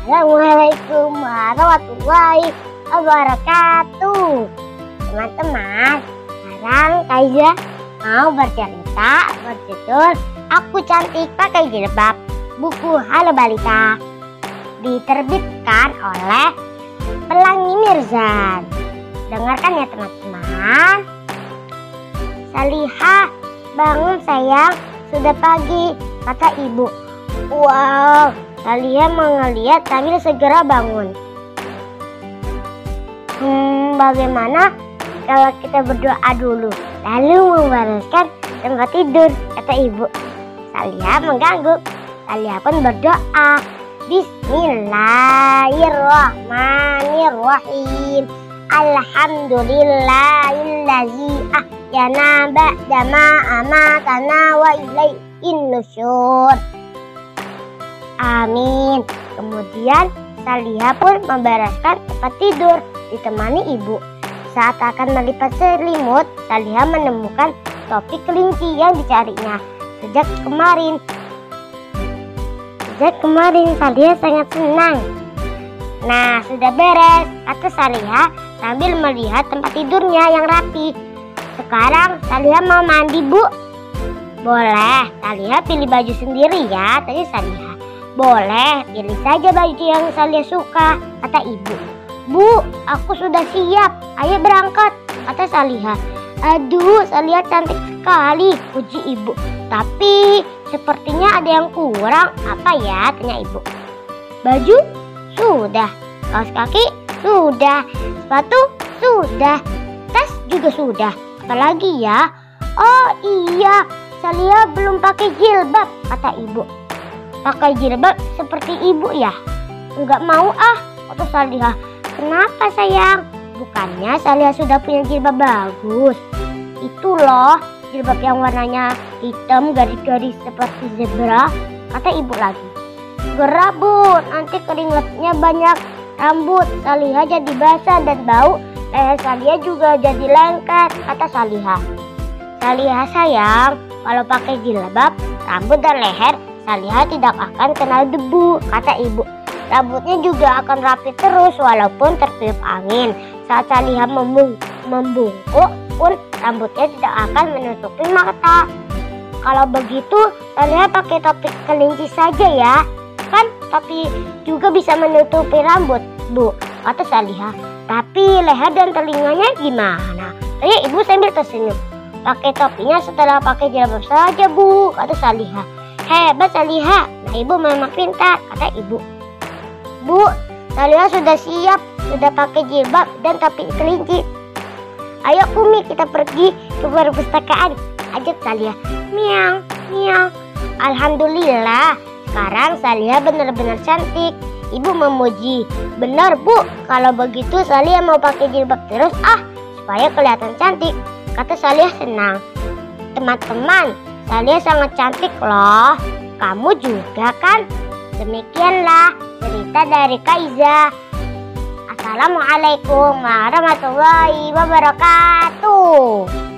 Assalamualaikum warahmatullahi wabarakatuh. Teman-teman, sekarang Kaiza mau bercerita berjudul Aku Cantik Pakai Jilbab, buku Halo Balita, diterbitkan oleh Pelangi Mirzan. Dengarkan ya teman-teman. Salihah, bangun sayang, sudah pagi, kata ibu. Wow, Salihah melihat sambil segera bangun. Bagaimana kalau kita berdoa dulu, lalu membereskan tempat tidur, kata ibu. Salihah mengganggu. Salihah pun berdoa. Bismillahirrahmanirrahim. Alhamdulillahillazi ahyana ba'da ma amatana wa ilaihin nusyur. Amin. Kemudian Salihah pun membereskan tempat tidur ditemani ibu. Saat akan melipat selimut, Salihah menemukan topi kelinci yang dicarinya sejak kemarin. Salihah sangat senang. Nah, sudah beres, kata Salihah sambil melihat tempat tidurnya yang rapi. Sekarang Salihah mau mandi, Bu. Boleh, Salihah pilih baju sendiri ya, tadi Salihah. Boleh, pilih saja baju yang Salihah suka, kata ibu. Bu, aku sudah siap, ayo berangkat, kata Salihah. Aduh, Salihah cantik sekali, puji ibu. Tapi sepertinya ada yang kurang, apa ya, tanya ibu. Baju? Sudah. Kaos kaki? Sudah. Sepatu? Sudah. Tas juga sudah. Apalagi ya? Oh iya, Salihah belum pakai jilbab, kata ibu. Pakai jilbab seperti ibu ya? Enggak mau ah, kata Salihah. Kenapa sayang? Bukannya Salihah sudah punya jilbab bagus? Itu loh, jilbab yang warnanya hitam garis-garis seperti zebra, kata ibu lagi. Gerah Bu, nanti keringatnya banyak rambut Salihah jadi basah dan bau. Leher Salihah juga jadi lengket, kata Salihah. Salihah sayang, kalau pakai jilbab, rambut dan leher Salihah tidak akan kenal debu, kata ibu. Rambutnya juga akan rapi terus walaupun tertiup angin. Saat Salihah membungkuk pun rambutnya tidak akan menutupi mata. Kalau begitu Salihah pakai topi kelinci saja ya. Kan topi juga bisa menutupi rambut, Bu, kata Salihah. Tapi leher dan telinganya gimana? Tanya ibu sambil tersenyum. Pakai topinya setelah pakai jilbab saja, Bu, kata Salihah. Hebat Salihah, nah ibu memang pintar, kata ibu. Bu, Salihah sudah siap, sudah pakai jilbab dan topi kelinci. Ayo Umi, kita pergi ke perpustakaan, ajak Salihah. Miau, miau. Alhamdulillah, sekarang Salihah benar-benar cantik. Ibu memuji. Benar Bu, kalau begitu Salihah mau pakai jilbab terus supaya kelihatan cantik, kata Salihah senang. Teman-teman, Salihah sangat cantik loh. Kamu juga kan? Demikianlah cerita dari Kaiza. Assalamualaikum warahmatullahi wabarakatuh.